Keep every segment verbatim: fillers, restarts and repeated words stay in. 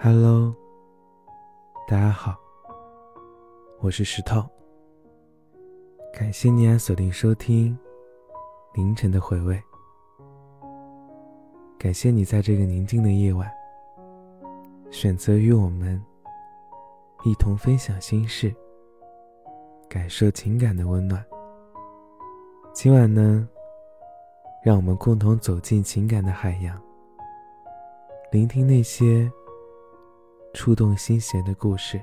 Hello， 大家好，我是石头。感谢你按锁定收听凌晨的回味，感谢你在这个宁静的夜晚选择与我们一同分享心事，感受情感的温暖。今晚呢，让我们共同走进情感的海洋，聆听那些触动心弦的故事。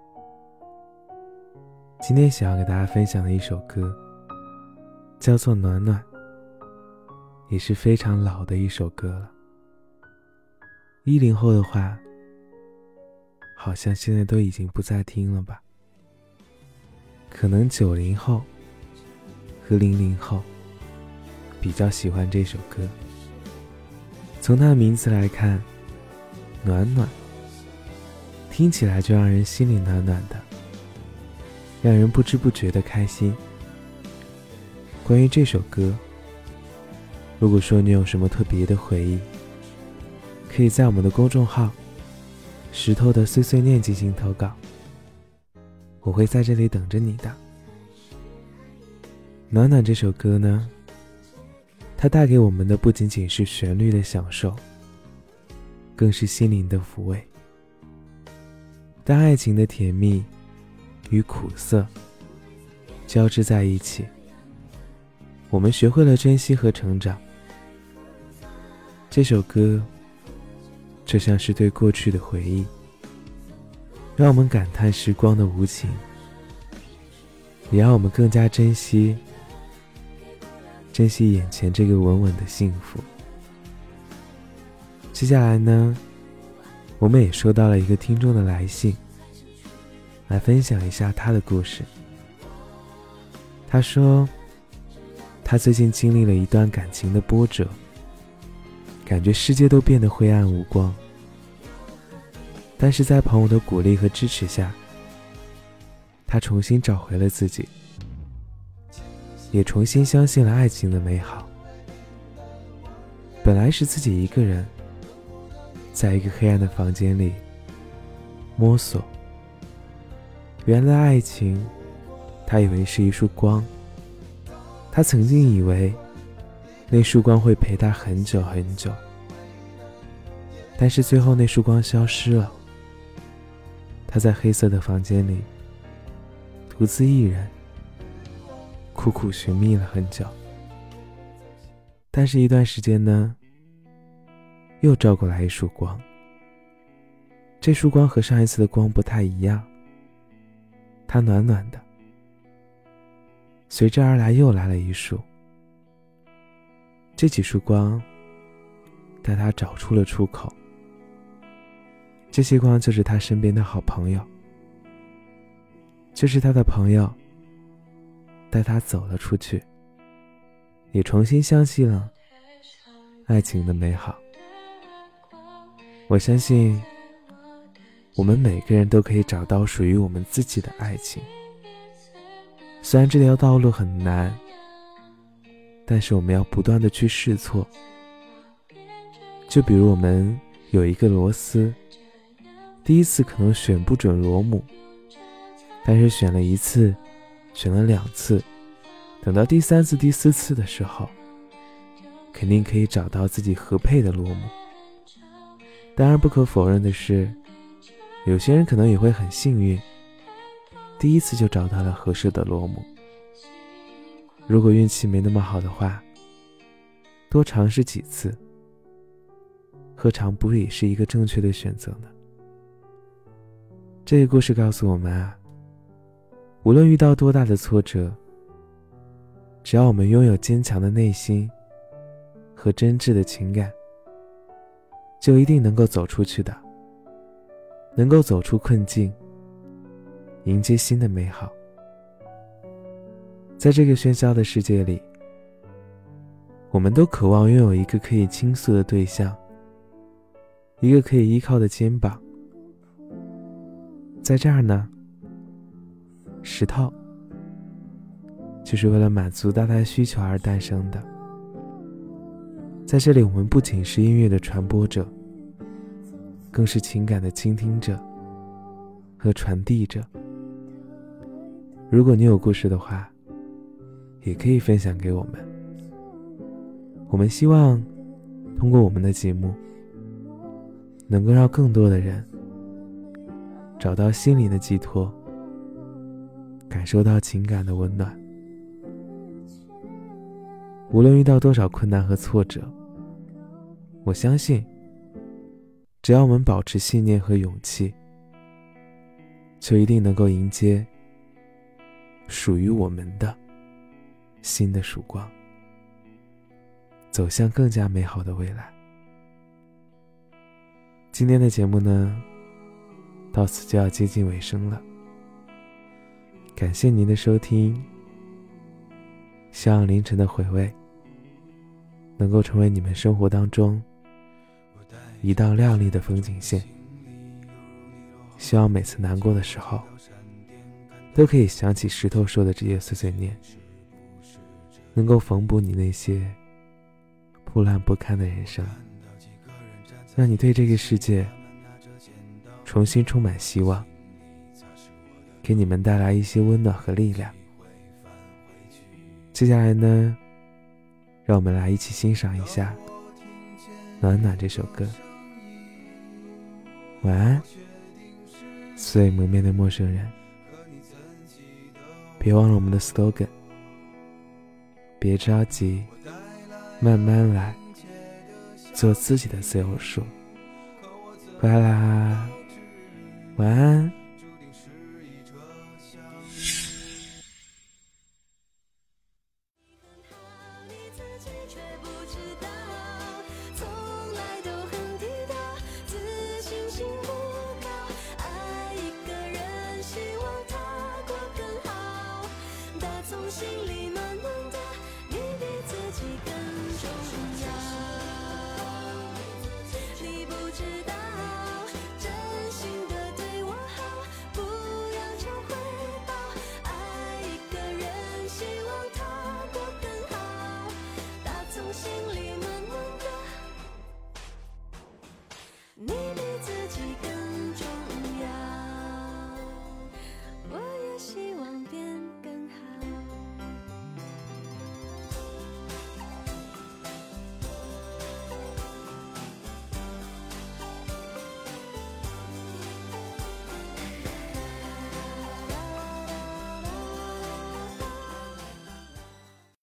今天想要给大家分享的一首歌叫做《暖暖》，也是非常老的一首歌了。一零后的话，好像现在都已经不再听了吧。可能九零后和零零后比较喜欢这首歌。从它的名字来看，暖暖听起来就让人心里暖暖的，让人不知不觉的开心。关于这首歌，如果说你有什么特别的回忆，可以在我们的公众号石头的碎碎念进行投稿，我会在这里等着你的。暖暖这首歌呢，它带给我们的不仅仅是旋律的享受，更是心灵的抚慰。当爱情的甜蜜与苦涩交织在一起，我们学会了珍惜和成长。这首歌就像是对过去的回忆，让我们感叹时光的无情，也让我们更加珍惜珍惜眼前这个稳稳的幸福。接下来呢，我们也收到了一个听众的来信，来分享一下他的故事。他说他最近经历了一段感情的波折，感觉世界都变得灰暗无光，但是在朋友的鼓励和支持下，他重新找回了自己，也重新相信了爱情的美好。本来是自己一个人在一个黑暗的房间里摸索，原来爱情他以为是一束光，他曾经以为那束光会陪他很久很久，但是最后那束光消失了。他在黑色的房间里独自一人苦苦寻觅了很久，但是一段时间呢，又照过来一束光。这束光和上一次的光不太一样，它暖暖的。随之而来又来了一束，这几束光带他找出了出口。这些光就是他身边的好朋友，就是他的朋友带他走了出去，也重新相信了爱情的美好。我相信我们每个人都可以找到属于我们自己的爱情，虽然这条道路很难，但是我们要不断的去试错。就比如我们有一个螺丝，第一次可能选不准螺母，但是选了一次，选了两次，等到第三次第四次的时候，肯定可以找到自己合配的螺母。当然不可否认的是，有些人可能也会很幸运，第一次就找到了合适的螺母。如果运气没那么好的话，多尝试几次，何尝不也是一个正确的选择呢？这个故事告诉我们啊，无论遇到多大的挫折，只要我们拥有坚强的内心和真挚的情感，就一定能够走出去的，能够走出困境，迎接新的美好。在这个喧嚣的世界里，我们都渴望拥有一个可以倾诉的对象，一个可以依靠的肩膀。在这儿呢，石头就是为了满足大家需求而诞生的。在这里，我们不仅是音乐的传播者， 更是情感的倾听者和传递者。如果你有故事的话，也可以分享给我们。我们希望通过我们的节目，能够让更多的人找到心灵的寄托，感受到情感的温暖。无论遇到多少困难和挫折，我相信只要我们保持信念和勇气，就一定能够迎接属于我们的新的曙光，走向更加美好的未来。今天的节目呢，到此就要接近尾声了，感谢您的收听，希望凌晨的回味能够成为你们生活当中一道亮丽的风景线。希望每次难过的时候，都可以想起石头说的这些碎碎念，能够缝补你那些破烂不堪的人生，让你对这个世界重新充满希望，给你们带来一些温暖和力量。接下来呢，让我们来一起欣赏一下《暖暖》这首歌。晚安，最蒙面的陌生人。别忘了我们的 slogan， 别着急，慢慢来，做自己的自由树。拜啦，晚安。 心里暖暖的，你比自己更重要。你不知道，真心的对我好，不要求回报。爱一个人，希望他过更好，打从心里。